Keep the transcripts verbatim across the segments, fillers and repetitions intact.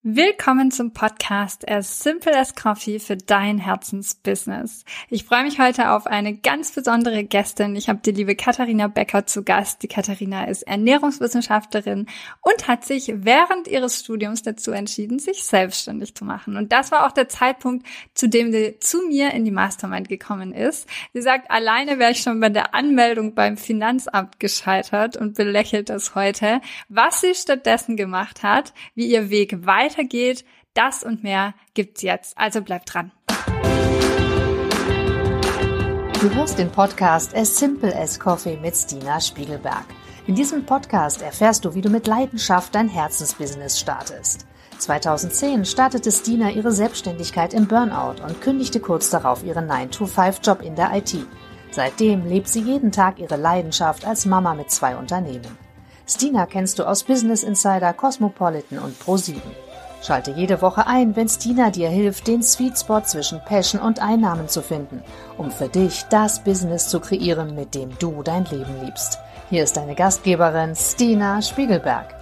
Willkommen zum Podcast As Simple as Coffee für dein Herzensbusiness. Ich freue mich heute auf eine ganz besondere Gästin. Ich habe die liebe Katharina Becker zu Gast. Die Katharina ist Ernährungswissenschaftlerin und hat sich während ihres Studiums dazu entschieden, sich selbstständig zu machen. Und das war auch der Zeitpunkt, zu dem sie zu mir in die Mastermind gekommen ist. Sie sagt, alleine wäre ich schon bei der Anmeldung beim Finanzamt gescheitert und belächelt das heute. Was sie stattdessen gemacht hat, wie ihr Weg weiter weitergeht, das und mehr gibt's jetzt. Also bleibt dran. Du hörst den Podcast As Simple as Coffee mit Stina Spiegelberg. In diesem Podcast erfährst du, wie du mit Leidenschaft dein Herzensbusiness startest. zweitausendzehn startete Stina ihre Selbstständigkeit im Burnout und kündigte kurz darauf ihren nine to five Job in der I T. Seitdem lebt sie jeden Tag ihre Leidenschaft als Mama mit zwei Unternehmen. Stina kennst du aus Business Insider, Cosmopolitan und Pro sieben. Schalte jede Woche ein, wenn Stina dir hilft, den Sweet Spot zwischen Passion und Einnahmen zu finden, um für dich das Business zu kreieren, mit dem du dein Leben liebst. Hier ist deine Gastgeberin Stina Spiegelberg.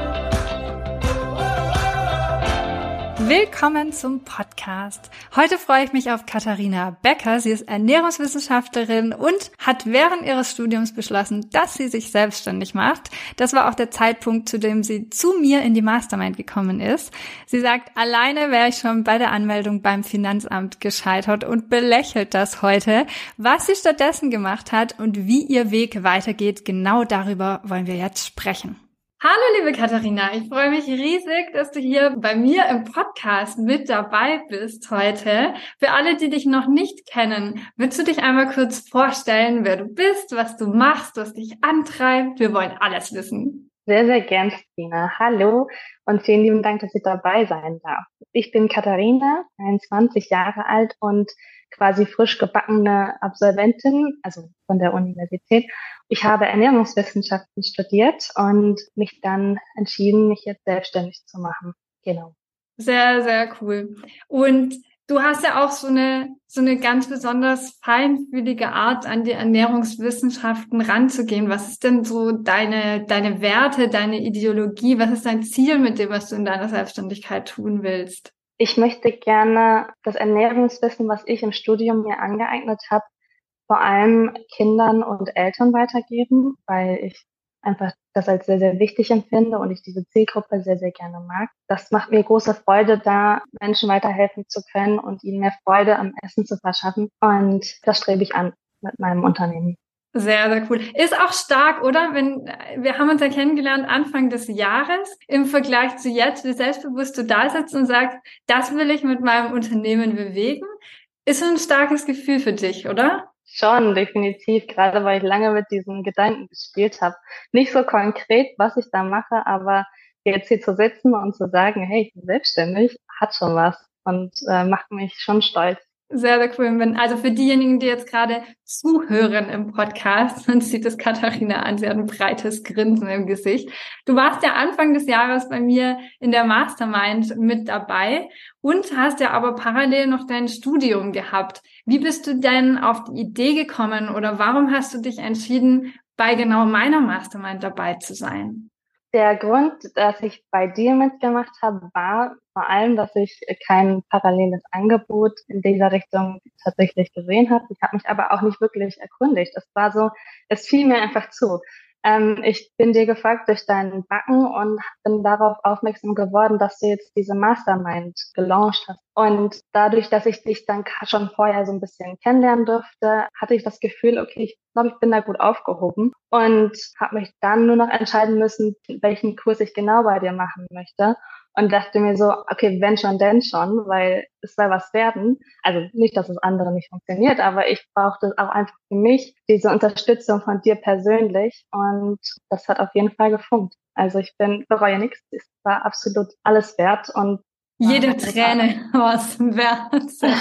Willkommen zum Podcast. Heute freue ich mich auf Katharina Becker. Sie ist Ernährungswissenschaftlerin und hat während ihres Studiums beschlossen, dass sie sich selbstständig macht. Das war auch der Zeitpunkt, zu dem sie zu mir in die Mastermind gekommen ist. Sie sagt, alleine wäre ich schon bei der Anmeldung beim Finanzamt gescheitert und belächelt das heute. Was sie stattdessen gemacht hat und wie ihr Weg weitergeht, genau darüber wollen wir jetzt sprechen. Hallo liebe Katharina, ich freue mich riesig, dass du hier bei mir im Podcast mit dabei bist heute. Für alle, die dich noch nicht kennen, willst du dich einmal kurz vorstellen, wer du bist, was du machst, was dich antreibt? Wir wollen alles wissen. Sehr, sehr gern, Stina. Hallo und vielen lieben Dank, dass ich dabei sein darf. Ich bin Katharina, einundzwanzig Jahre alt und quasi frisch gebackene Absolventin, also von der Universität. Ich habe Ernährungswissenschaften studiert und mich dann entschieden, mich jetzt selbstständig zu machen. Genau. Sehr, sehr cool. Und du hast ja auch so eine so eine ganz besonders feinfühlige Art, an die Ernährungswissenschaften ranzugehen. Was ist denn so deine deine Werte, deine Ideologie? Was ist dein Ziel mit dem, was du in deiner Selbstständigkeit tun willst? Ich möchte gerne das Ernährungswissen, was ich im Studium mir angeeignet habe, vor allem Kindern und Eltern weitergeben, weil ich einfach das als sehr, sehr wichtig empfinde und ich diese Zielgruppe sehr, sehr gerne mag. Das macht mir große Freude, da Menschen weiterhelfen zu können und ihnen mehr Freude am Essen zu verschaffen. Und das strebe ich an mit meinem Unternehmen. Sehr, sehr cool. Ist auch stark, oder? Wenn wir haben uns ja kennengelernt Anfang des Jahres. Im Vergleich zu jetzt, wie selbstbewusst du da sitzt und sagst, das will ich mit meinem Unternehmen bewegen. Ist ein starkes Gefühl für dich, oder? Schon, definitiv. Gerade weil ich lange mit diesen Gedanken gespielt habe. Nicht so konkret, was ich da mache, aber jetzt hier zu sitzen und zu sagen, hey, ich bin selbstständig, hat schon was und äh, macht mich schon stolz. Sehr, sehr cool. Also für diejenigen, die jetzt gerade zuhören im Podcast, man sieht es Katharina an, sie hat ein breites Grinsen im Gesicht. Du warst ja Anfang des Jahres bei mir in der Mastermind mit dabei und hast ja aber parallel noch dein Studium gehabt. Wie bist du denn auf die Idee gekommen oder warum hast du dich entschieden, bei genau meiner Mastermind dabei zu sein? Der Grund, dass ich bei dir mitgemacht habe, war vor allem, dass ich kein paralleles Angebot in dieser Richtung tatsächlich gesehen habe. Ich habe mich aber auch nicht wirklich erkundigt. Es war so, es fiel mir einfach zu. Ähm, ich bin dir gefolgt durch deinen Backen und bin darauf aufmerksam geworden, dass du jetzt diese Mastermind gelauncht hast. Und dadurch, dass ich dich dann schon vorher so ein bisschen kennenlernen durfte, hatte ich das Gefühl, okay, ich glaube, ich bin da gut aufgehoben und habe mich dann nur noch entscheiden müssen, welchen Kurs ich genau bei dir machen möchte. Und dachte mir so, okay, wenn schon, denn schon, weil es soll was werden. Also nicht, dass das andere nicht funktioniert, aber ich brauchte auch einfach für mich diese Unterstützung von dir persönlich und das hat auf jeden Fall gefunkt. Also ich bin, bereue nichts, es war absolut alles wert und jede Träne war es wert.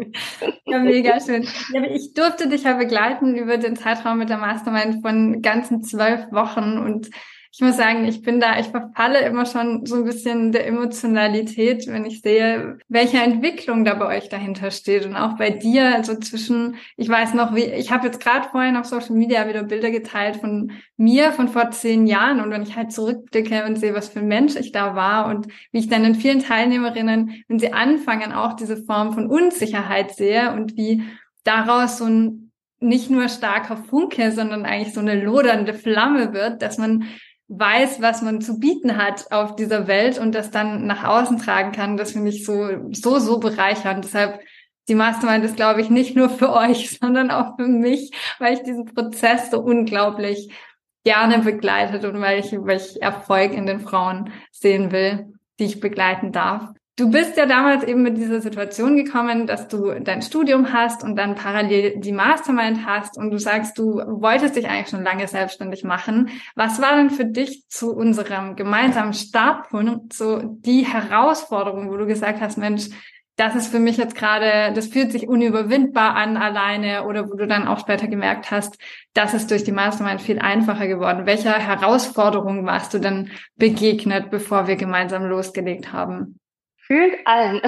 Ja, mega schön. Ja, ich durfte dich ja begleiten über den Zeitraum mit der Mastermind von ganzen zwölf Wochen und Ich muss sagen, ich bin da, ich verfalle immer schon so ein bisschen der Emotionalität, wenn ich sehe, welche Entwicklung da bei euch dahinter steht und auch bei dir, also zwischen, ich weiß noch, wie, ich habe jetzt gerade vorhin auf Social Media wieder Bilder geteilt von mir von vor zehn Jahren und wenn ich halt zurückblicke und sehe, was für ein Mensch ich da war und wie ich dann in vielen Teilnehmerinnen, wenn sie anfangen, auch diese Form von Unsicherheit sehe und wie daraus so ein nicht nur starker Funke, sondern eigentlich so eine lodernde Flamme wird, dass man weiß, was man zu bieten hat auf dieser Welt und das dann nach außen tragen kann, das finde ich so, so, so bereichernd. Deshalb, die Mastermind ist, glaube ich, nicht nur für euch, sondern auch für mich, weil ich diesen Prozess so unglaublich gerne begleitet und weil ich, weil ich Erfolg in den Frauen sehen will, die ich begleiten darf. Du bist ja damals eben mit dieser Situation gekommen, dass du dein Studium hast und dann parallel die Mastermind hast und du sagst, du wolltest dich eigentlich schon lange selbstständig machen. Was war denn für dich zu unserem gemeinsamen Startpunkt so die Herausforderung, wo du gesagt hast, Mensch, das ist für mich jetzt gerade, das fühlt sich unüberwindbar an alleine oder wo du dann auch später gemerkt hast, das ist durch die Mastermind viel einfacher geworden. Welcher Herausforderung warst du denn begegnet, bevor wir gemeinsam losgelegt haben? Fühlt allen.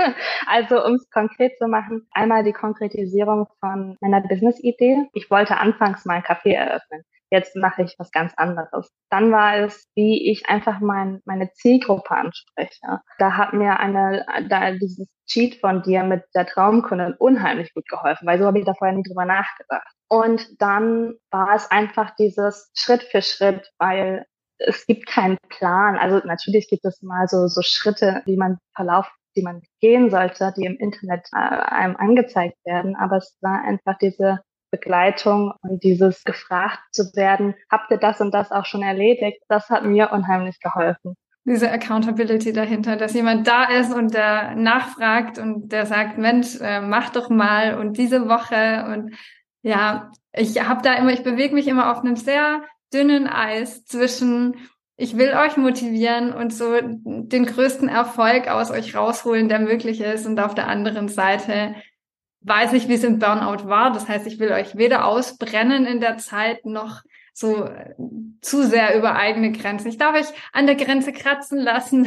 Also um es konkret zu machen, einmal die Konkretisierung von meiner Business-Idee. Ich wollte anfangs mal ein Café eröffnen. Jetzt mache ich was ganz anderes. Dann war es, wie ich einfach mein, meine Zielgruppe anspreche. Da hat mir eine, da dieses Cheat von dir mit der Traumkundin unheimlich gut geholfen, weil so habe ich da vorher nie drüber nachgedacht. Und dann war es einfach dieses Schritt für Schritt, weil es gibt keinen Plan. Also natürlich gibt es mal so, so Schritte, wie man verlauft, die man gehen sollte, die im Internet äh, einem angezeigt werden. Aber es war einfach diese Begleitung und dieses gefragt zu werden, habt ihr das und das auch schon erledigt? Das hat mir unheimlich geholfen. Diese Accountability dahinter, dass jemand da ist und der nachfragt und der sagt, Mensch, äh, mach doch mal und diese Woche und ja, ich habe da immer, ich bewege mich immer auf einem sehr dünnen Eis zwischen, ich will euch motivieren und so den größten Erfolg aus euch rausholen, der möglich ist. Und auf der anderen Seite weiß ich, wie es im Burnout war. Das heißt, ich will euch weder ausbrennen in der Zeit noch so zu sehr über eigene Grenzen. Ich darf euch an der Grenze kratzen lassen,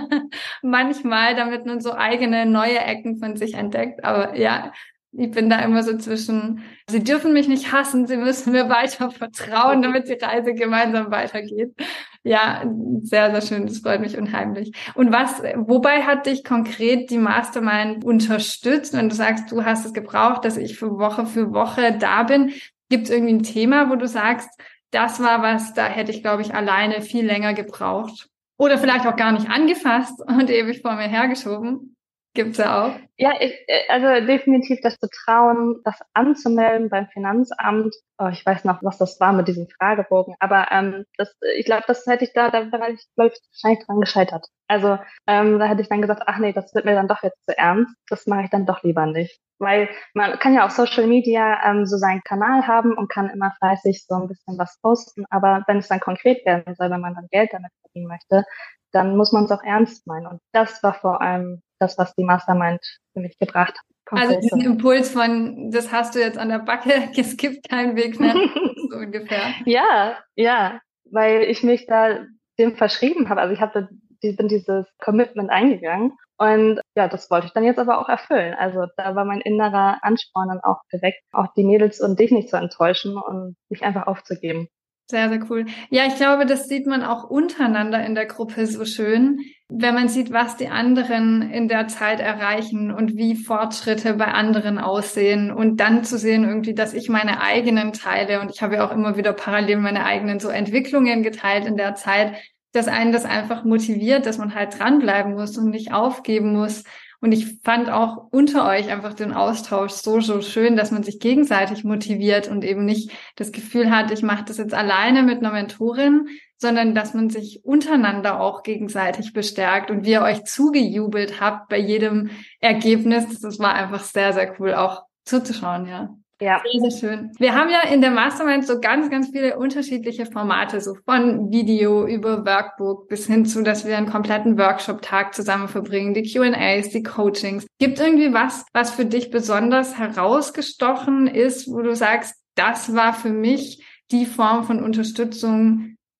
manchmal, damit man so eigene neue Ecken von sich entdeckt. Aber ja, ich bin da immer so zwischen, sie dürfen mich nicht hassen, sie müssen mir weiter vertrauen, damit die Reise gemeinsam weitergeht. Ja, sehr, sehr schön, das freut mich unheimlich. Und was, wobei hat dich konkret die Mastermind unterstützt, wenn du sagst, du hast es gebraucht, dass ich für Woche für Woche da bin? Gibt es irgendwie ein Thema, wo du sagst, das war was, da hätte ich, glaube ich, alleine viel länger gebraucht? Oder vielleicht auch gar nicht angefasst und ewig vor mir hergeschoben? Gibt's ja auch. Ja, ich, also definitiv das Vertrauen, das anzumelden beim Finanzamt. Oh, ich weiß noch, was das war mit diesem Fragebogen. Aber ähm, das, ich glaube, das hätte ich da, da wäre ich, glaube ich, wahrscheinlich dran gescheitert. Also ähm, da hätte ich dann gesagt, ach nee, das wird mir dann doch jetzt zu ernst. Das mache ich dann doch lieber nicht. Weil man kann ja auf Social Media ähm, so seinen Kanal haben und kann immer fleißig so ein bisschen was posten. Aber wenn es dann konkret werden soll, wenn man dann Geld damit verdienen möchte, dann muss man es auch ernst meinen. Und das war vor allem das, was die Mastermind für mich gebracht hat. Konkrete. Also diesen Impuls von, das hast du jetzt an der Backe, es gibt keinen Weg mehr, so ungefähr. Ja, ja, weil ich mich da dem verschrieben habe. Also ich habe bin dieses Commitment eingegangen und ja, das wollte ich dann jetzt aber auch erfüllen. Also da war mein innerer Ansporn dann auch geweckt, auch die Mädels und dich nicht zu enttäuschen und nicht einfach aufzugeben. Sehr, sehr cool. Ja, ich glaube, das sieht man auch untereinander in der Gruppe so schön, wenn man sieht, was die anderen in der Zeit erreichen und wie Fortschritte bei anderen aussehen und dann zu sehen irgendwie, dass ich meine eigenen teile und ich habe ja auch immer wieder parallel meine eigenen so Entwicklungen geteilt in der Zeit, dass einen das einfach motiviert, dass man halt dranbleiben muss und nicht aufgeben muss. Und ich fand auch unter euch einfach den Austausch so, so schön, dass man sich gegenseitig motiviert und eben nicht das Gefühl hat, ich mache das jetzt alleine mit einer Mentorin, sondern dass man sich untereinander auch gegenseitig bestärkt und wie ihr euch zugejubelt habt bei jedem Ergebnis. Das war einfach sehr, sehr cool auch zuzuschauen, ja. Ja. Sehr, sehr schön. Wir haben ja in der Mastermind so ganz, ganz viele unterschiedliche Formate, so von Video über Workbook bis hin zu, dass wir einen kompletten Workshop-Tag zusammen verbringen, die Q and A's, die Coachings. Gibt irgendwie was, was für dich besonders herausgestochen ist, wo du sagst, das war für mich die Form von Unterstützung,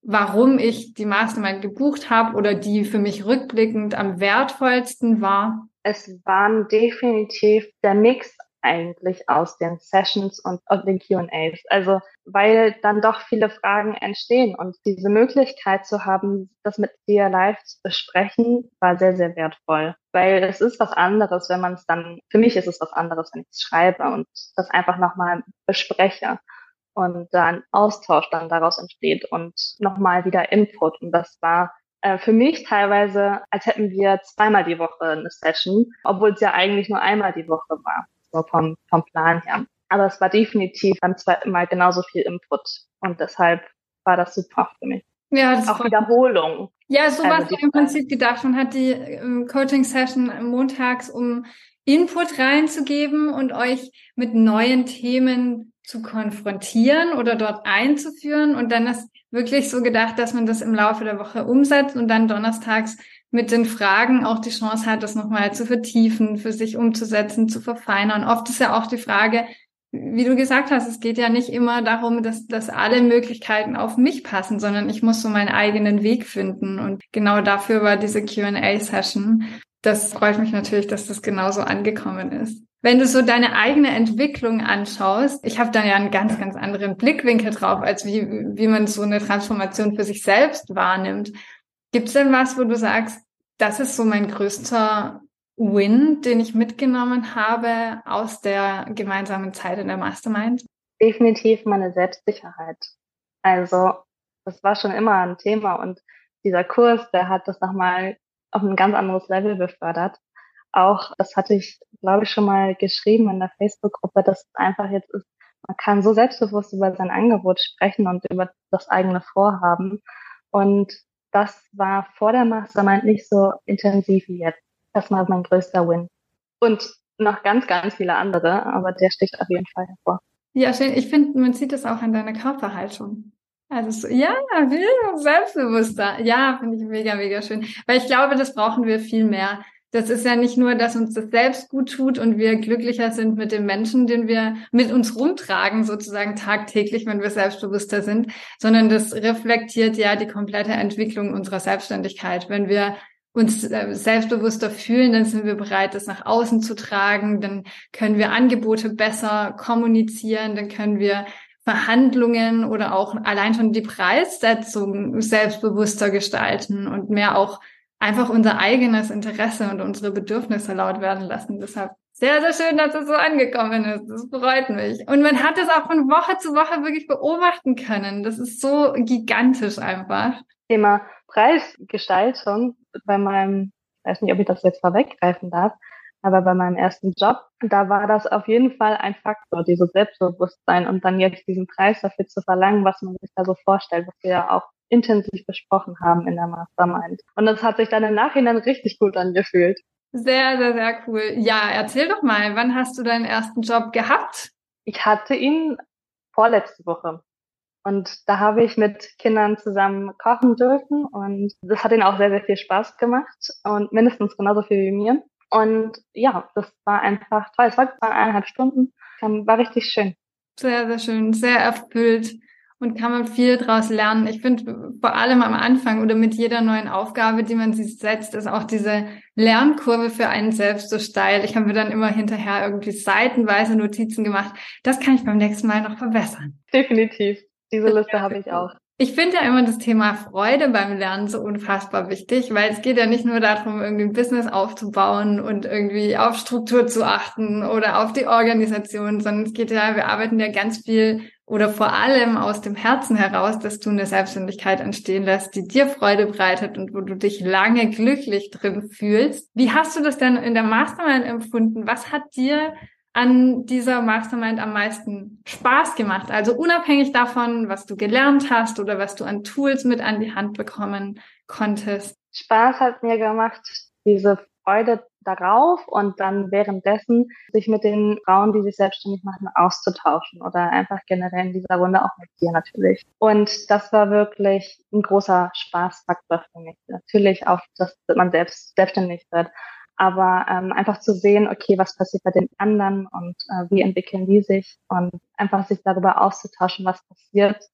warum ich die Mastermind gebucht habe oder die für mich rückblickend am wertvollsten war? Es waren definitiv der Mix eigentlich aus den Sessions und, und den Q and A's. Also, weil dann doch viele Fragen entstehen und diese Möglichkeit zu haben, das mit dir live zu besprechen, war sehr, sehr wertvoll. Weil es ist was anderes, wenn man es dann, für mich ist es was anderes, wenn ich es schreibe und das einfach nochmal bespreche und dann Austausch dann daraus entsteht und nochmal wieder Input. Und das war äh, für mich teilweise, als hätten wir zweimal die Woche eine Session, obwohl es ja eigentlich nur einmal die Woche war, so vom, vom Plan her. Aber es war definitiv beim zweiten Mal genauso viel Input. Und deshalb war das super für mich. Ja, das auch Wiederholung. Ja, so war Also es im Prinzip gedacht. Man hat die ähm, Coaching-Session montags, um Input reinzugeben und euch mit neuen Themen zu konfrontieren oder dort einzuführen. Und dann ist wirklich so gedacht, dass man das im Laufe der Woche umsetzt und dann donnerstags mit den Fragen auch die Chance hat, das nochmal zu vertiefen, für sich umzusetzen, zu verfeinern. Oft ist ja auch die Frage, wie du gesagt hast, es geht ja nicht immer darum, dass, dass alle Möglichkeiten auf mich passen, sondern ich muss so meinen eigenen Weg finden. Und genau dafür war diese Q and A-Session. Das freut mich natürlich, dass das genauso angekommen ist. Wenn du so deine eigene Entwicklung anschaust, ich habe dann ja einen ganz, ganz anderen Blickwinkel drauf, als wie, wie man so eine Transformation für sich selbst wahrnimmt. Gibt es denn was, wo du sagst, das ist so mein größter Win, den ich mitgenommen habe aus der gemeinsamen Zeit in der Mastermind? Definitiv meine Selbstsicherheit. Also das war schon immer ein Thema und dieser Kurs, der hat das nochmal auf ein ganz anderes Level befördert. Auch, das hatte ich, glaube ich, schon mal geschrieben in der Facebook-Gruppe, dass es einfach jetzt ist, man kann so selbstbewusst über sein Angebot sprechen und über das eigene Vorhaben. Und das war vor der Mastermind nicht so intensiv wie jetzt. Das war mein größter Win. Und noch ganz, ganz viele andere, aber der sticht auf jeden Fall hervor. Ja, schön. Ich finde, man sieht das auch an deiner Körperhaltung. Also so, ja, viel selbstbewusster. Ja, finde ich mega, mega schön. Weil ich glaube, das brauchen wir viel mehr. Das ist ja nicht nur, dass uns das selbst gut tut und wir glücklicher sind mit dem Menschen, den wir mit uns rumtragen, sozusagen tagtäglich, wenn wir selbstbewusster sind, sondern das reflektiert ja die komplette Entwicklung unserer Selbstständigkeit. Wenn wir uns selbstbewusster fühlen, dann sind wir bereit, das nach außen zu tragen, dann können wir Angebote besser kommunizieren, dann können wir Verhandlungen oder auch allein schon die Preissetzung selbstbewusster gestalten und mehr auch einfach unser eigenes Interesse und unsere Bedürfnisse laut werden lassen. Deshalb sehr, sehr schön, dass es so angekommen ist. Das freut mich. Und man hat es auch von Woche zu Woche wirklich beobachten können. Das ist so gigantisch einfach. Thema Preisgestaltung bei meinem, ich weiß nicht, ob ich das jetzt vorweggreifen darf, aber bei meinem ersten Job, da war das auf jeden Fall ein Faktor, dieses Selbstbewusstsein und dann jetzt diesen Preis dafür zu verlangen, was man sich da so vorstellt, was wir ja auch intensiv besprochen haben in der Mastermind. Und das hat sich dann im Nachhinein richtig gut angefühlt. Sehr, sehr, sehr cool. Ja, erzähl doch mal, wann hast du deinen ersten Job gehabt? Ich hatte ihn vorletzte Woche. Und da habe ich mit Kindern zusammen kochen dürfen und das hat ihnen auch sehr, sehr viel Spaß gemacht und mindestens genauso viel wie mir. Und ja, das war einfach toll. Es war eineinhalb Stunden, war richtig schön. Sehr, sehr schön, sehr erfüllt und kann man viel draus lernen. Ich finde vor allem am Anfang oder mit jeder neuen Aufgabe, die man sich setzt, ist auch diese Lernkurve für einen selbst so steil. Ich habe mir dann immer hinterher irgendwie seitenweise Notizen gemacht. Das kann ich beim nächsten Mal noch verbessern. Definitiv. Diese Liste habe ich auch. Ich finde ja immer das Thema Freude beim Lernen so unfassbar wichtig, weil es geht ja nicht nur darum, irgendwie ein Business aufzubauen und irgendwie auf Struktur zu achten oder auf die Organisation, sondern es geht ja, wir arbeiten ja ganz viel oder vor allem aus dem Herzen heraus, dass du eine Selbstständigkeit entstehen lässt, die dir Freude bereitet und wo du dich lange glücklich drin fühlst. Wie hast du das denn in der Mastermind empfunden? Was hat dir an dieser Mastermind am meisten Spaß gemacht? Also unabhängig davon, was du gelernt hast oder was du an Tools mit an die Hand bekommen konntest. Spaß hat mir gemacht, diese Freude darauf und dann währenddessen sich mit den Frauen, die sich selbstständig machen, auszutauschen oder einfach generell in dieser Runde auch mit dir natürlich. Und das war wirklich ein großer Spaßfaktor für mich. Natürlich auch, dass man selbst selbstständig wird. Aber ähm, einfach zu sehen, okay, was passiert bei den anderen und äh, wie entwickeln die sich und einfach sich darüber auszutauschen, was passiert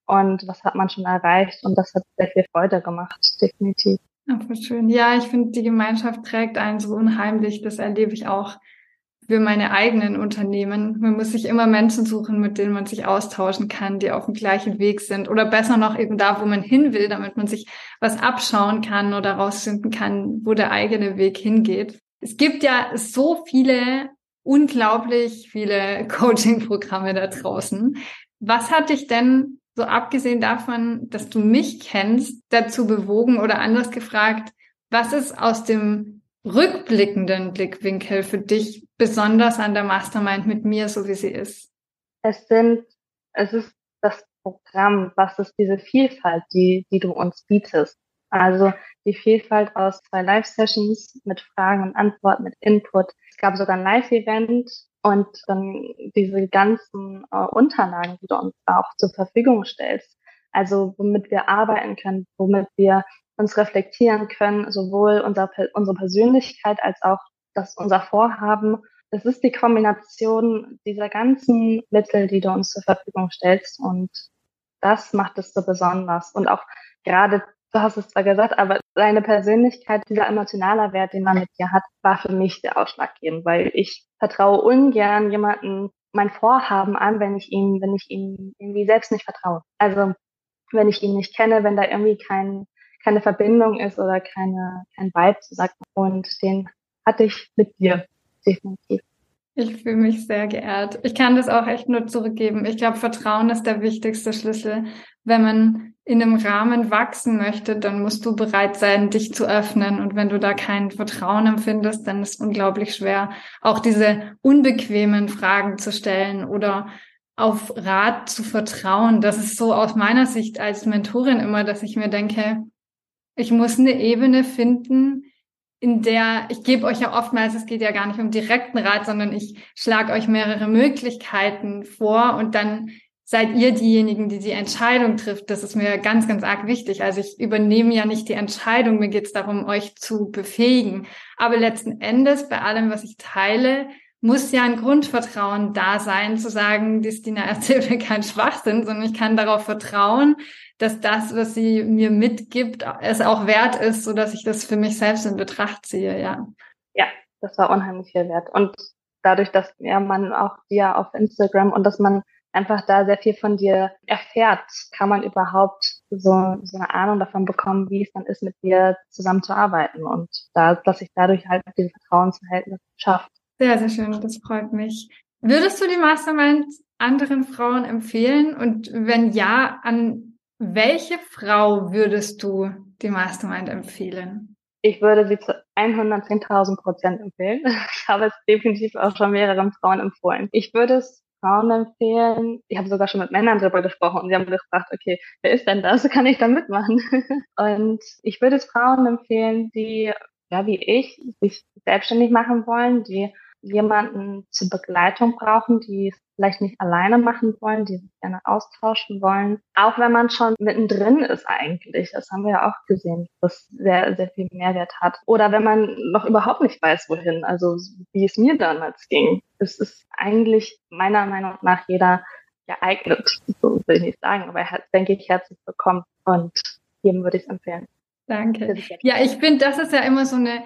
und was hat man schon erreicht. Und das hat sehr viel Freude gemacht, definitiv. Ach, voll schön. Ja, ich finde, die Gemeinschaft trägt einen so unheimlich. Das erlebe ich auch für meine eigenen Unternehmen. Man muss sich immer Menschen suchen, mit denen man sich austauschen kann, die auf dem gleichen Weg sind. Oder besser noch eben da, wo man hin will, damit man sich was abschauen kann oder rausfinden kann, wo der eigene Weg hingeht. Es gibt ja so viele, unglaublich viele Coaching-Programme da draußen. Was hat dich denn, so abgesehen davon, dass du mich kennst, dazu bewogen oder anders gefragt, was ist aus dem rückblickenden Blickwinkel für dich besonders an der Mastermind mit mir, so wie sie ist? Es sind, es ist das Programm, was ist diese Vielfalt, die, die du uns bietest. Also die Vielfalt aus zwei Live-Sessions mit Fragen und Antworten, mit Input. Es gab sogar ein Live-Event und dann diese ganzen äh, Unterlagen, die du uns auch zur Verfügung stellst. Also womit wir arbeiten können, womit wir uns reflektieren können, sowohl unser, unsere Persönlichkeit als auch das, unser Vorhaben. Das ist die Kombination dieser ganzen Mittel, die du uns zur Verfügung stellst, und das macht es so besonders. Und auch gerade, du hast es zwar gesagt, aber deine Persönlichkeit, dieser emotionale Wert, den man mit dir hat, war für mich sehr ausschlaggebend, weil ich vertraue ungern jemanden mein Vorhaben an, wenn ich ihm, wenn ich ihm irgendwie selbst nicht vertraue. Also wenn ich ihn nicht kenne, wenn da irgendwie kein keine Verbindung ist oder keine kein Vibe, so sagt man. Und den hatte ich mit dir, definitiv. Ich fühle mich sehr geehrt. Ich kann das auch echt nur zurückgeben. Ich glaube, Vertrauen ist der wichtigste Schlüssel. Wenn man in einem Rahmen wachsen möchte, dann musst du bereit sein, dich zu öffnen. Und wenn du da kein Vertrauen empfindest, dann ist es unglaublich schwer, auch diese unbequemen Fragen zu stellen oder auf Rat zu vertrauen. Das ist so aus meiner Sicht als Mentorin immer, dass ich mir denke, ich muss eine Ebene finden, in der, ich gebe euch ja oftmals, es geht ja gar nicht um direkten Rat, sondern ich schlage euch mehrere Möglichkeiten vor und dann seid ihr diejenigen, die die Entscheidung trifft. Das ist mir ganz, ganz arg wichtig. Also ich übernehme ja nicht die Entscheidung, mir geht es darum, euch zu befähigen. Aber letzten Endes, bei allem, was ich teile, muss ja ein Grundvertrauen da sein, zu sagen, die Stina erzählt mir keinen Schwachsinn, sondern ich kann darauf vertrauen, dass das, was sie mir mitgibt, es auch wert ist, so dass ich das für mich selbst in Betracht ziehe, ja. Ja, das war unheimlich viel wert. Und dadurch, dass ja man auch dir auf Instagram und dass man einfach da sehr viel von dir erfährt, kann man überhaupt so, so eine Ahnung davon bekommen, wie es dann ist, mit dir zusammenzuarbeiten. Und da, dass sich dadurch halt diese Vertrauensverhältnisse schafft. Sehr, sehr schön, das freut mich. Würdest du die Mastermind anderen Frauen empfehlen? Und wenn ja, an welche Frau würdest du die Mastermind empfehlen? Ich würde sie zu hundertzehntausend Prozent empfehlen. Ich habe es definitiv auch schon mehreren Frauen empfohlen. Ich würde es Frauen empfehlen. Ich habe sogar schon mit Männern darüber gesprochen und sie haben gefragt, okay, wer ist denn das? Kann ich da mitmachen? Und ich würde es Frauen empfehlen, die, ja, wie ich, sich selbstständig machen wollen, die jemanden zur Begleitung brauchen, die es vielleicht nicht alleine machen wollen, die sich gerne austauschen wollen. Auch wenn man schon mittendrin ist eigentlich. Das haben wir ja auch gesehen, was sehr, sehr viel Mehrwert hat. Oder wenn man noch überhaupt nicht weiß, wohin. Also wie es mir damals ging. Es ist eigentlich meiner Meinung nach jeder geeignet, so will ich nicht sagen, aber er hat, denke ich, herzlich willkommen. Und jedem würde ich es empfehlen. Danke. Ja, ich finde, das ist ja immer so eine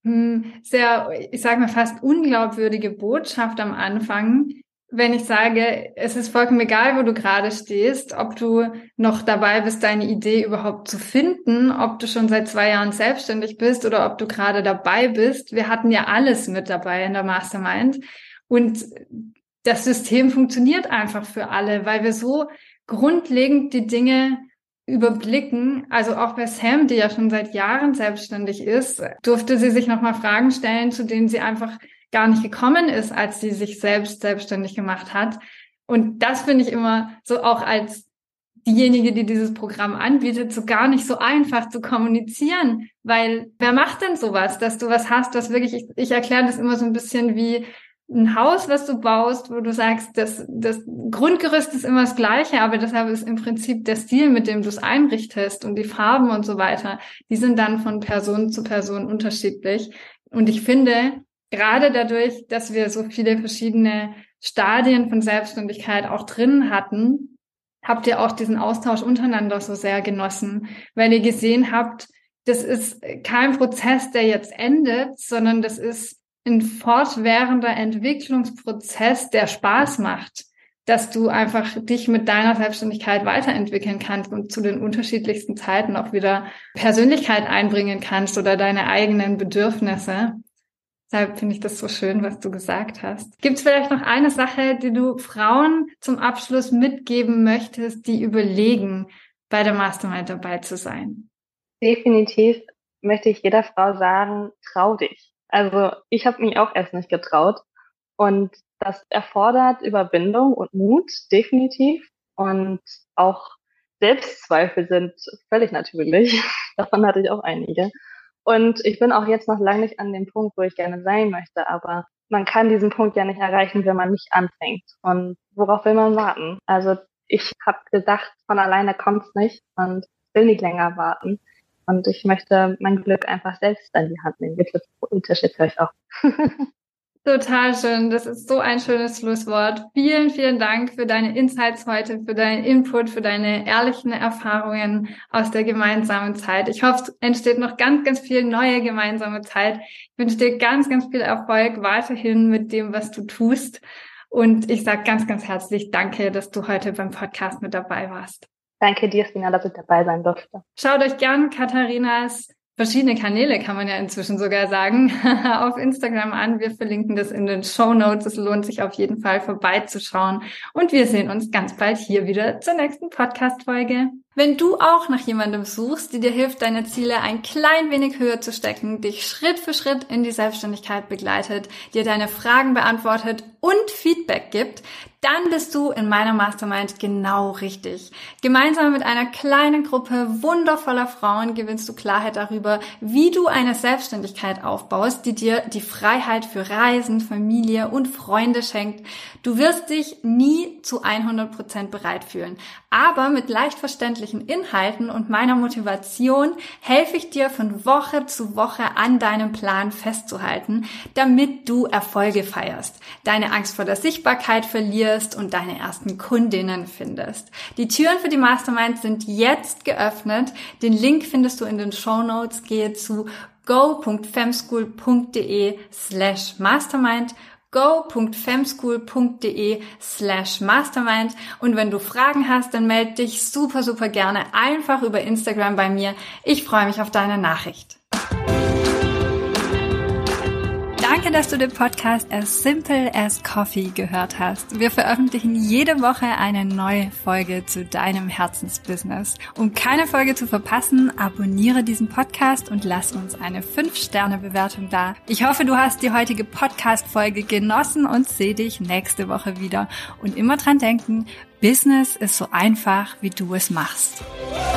sehr, ich sage mal fast unglaubwürdige Botschaft am Anfang, wenn ich sage, es ist vollkommen egal, wo du gerade stehst, ob du noch dabei bist, deine Idee überhaupt zu finden, ob du schon seit zwei Jahren selbstständig bist oder ob du gerade dabei bist. Wir hatten ja alles mit dabei in der Mastermind und das System funktioniert einfach für alle, weil wir so grundlegend die Dinge überblicken. Also auch bei Sam, die ja schon seit Jahren selbstständig ist, durfte sie sich nochmal Fragen stellen, zu denen sie einfach gar nicht gekommen ist, als sie sich selbst selbstständig gemacht hat. Und das finde ich immer so auch als diejenige, die dieses Programm anbietet, so gar nicht so einfach zu kommunizieren, weil wer macht denn sowas, dass du was hast, was wirklich, ich, ich erkläre das immer so ein bisschen wie ein Haus, was du baust, wo du sagst, das, das Grundgerüst ist immer das Gleiche, aber deshalb ist im Prinzip der Stil, mit dem du es einrichtest und die Farben und so weiter, die sind dann von Person zu Person unterschiedlich. Und ich finde, gerade dadurch, dass wir so viele verschiedene Stadien von Selbstständigkeit auch drin hatten, habt ihr auch diesen Austausch untereinander so sehr genossen, weil ihr gesehen habt, das ist kein Prozess, der jetzt endet, sondern das ist ein fortwährender Entwicklungsprozess, der Spaß macht, dass du einfach dich mit deiner Selbstständigkeit weiterentwickeln kannst und zu den unterschiedlichsten Zeiten auch wieder Persönlichkeit einbringen kannst oder deine eigenen Bedürfnisse. Deshalb finde ich das so schön, was du gesagt hast. Gibt es vielleicht noch eine Sache, die du Frauen zum Abschluss mitgeben möchtest, die überlegen, bei der Mastermind dabei zu sein? Definitiv möchte ich jeder Frau sagen, trau dich. Also ich habe mich auch erst nicht getraut und das erfordert Überwindung und Mut, definitiv. Und auch Selbstzweifel sind völlig natürlich. Davon hatte ich auch einige. Und ich bin auch jetzt noch lange nicht an dem Punkt, wo ich gerne sein möchte, aber man kann diesen Punkt ja nicht erreichen, wenn man nicht anfängt. Und worauf will man warten? Also ich habe gesagt, von alleine kommt's nicht und will nicht länger warten. Und ich möchte mein Glück einfach selbst in die Hand nehmen. Jetzt wird's politisch, jetzt höre ich auch. Total schön. Das ist so ein schönes Schlusswort. Vielen, vielen Dank für deine Insights heute, für deinen Input, für deine ehrlichen Erfahrungen aus der gemeinsamen Zeit. Ich hoffe, es entsteht noch ganz, ganz viel neue gemeinsame Zeit. Ich wünsche dir ganz, ganz viel Erfolg weiterhin mit dem, was du tust. Und ich sage ganz, ganz herzlich Danke, dass du heute beim Podcast mit dabei warst. Danke dir, Stina, dass ich dabei sein durfte. Schaut euch gern Katharinas verschiedene Kanäle, kann man ja inzwischen sogar sagen, auf Instagram an. Wir verlinken das in den Shownotes. Es lohnt sich auf jeden Fall vorbeizuschauen. Und wir sehen uns ganz bald hier wieder zur nächsten Podcast-Folge. Wenn du auch nach jemandem suchst, die dir hilft, deine Ziele ein klein wenig höher zu stecken, dich Schritt für Schritt in die Selbstständigkeit begleitet, dir deine Fragen beantwortet und Feedback gibt, dann bist du in meiner Mastermind genau richtig. Gemeinsam mit einer kleinen Gruppe wundervoller Frauen gewinnst du Klarheit darüber, wie du eine Selbstständigkeit aufbaust, die dir die Freiheit für Reisen, Familie und Freunde schenkt. Du wirst dich nie zu hundert Prozent bereit fühlen, aber mit leicht verständlichen Inhalten und meiner Motivation helfe ich dir von Woche zu Woche an deinem Plan festzuhalten, damit du Erfolge feierst, deine Angst vor der Sichtbarkeit verlierst und deine ersten Kundinnen findest. Die Türen für die Mastermind sind jetzt geöffnet. Den Link findest du in den Shownotes. Gehe zu go.femschool.de slash mastermind go.femschool.de slash mastermind und wenn du Fragen hast, dann melde dich super, super gerne einfach über Instagram bei mir. Ich freue mich auf deine Nachricht. Danke, dass du den Podcast As Simple as Coffee gehört hast. Wir veröffentlichen jede Woche eine neue Folge zu deinem Herzensbusiness. Um keine Folge zu verpassen, abonniere diesen Podcast und lass uns eine fünf Sterne Bewertung da. Ich hoffe, du hast die heutige Podcast-Folge genossen und sehe dich nächste Woche wieder. Und immer dran denken, Business ist so einfach, wie du es machst.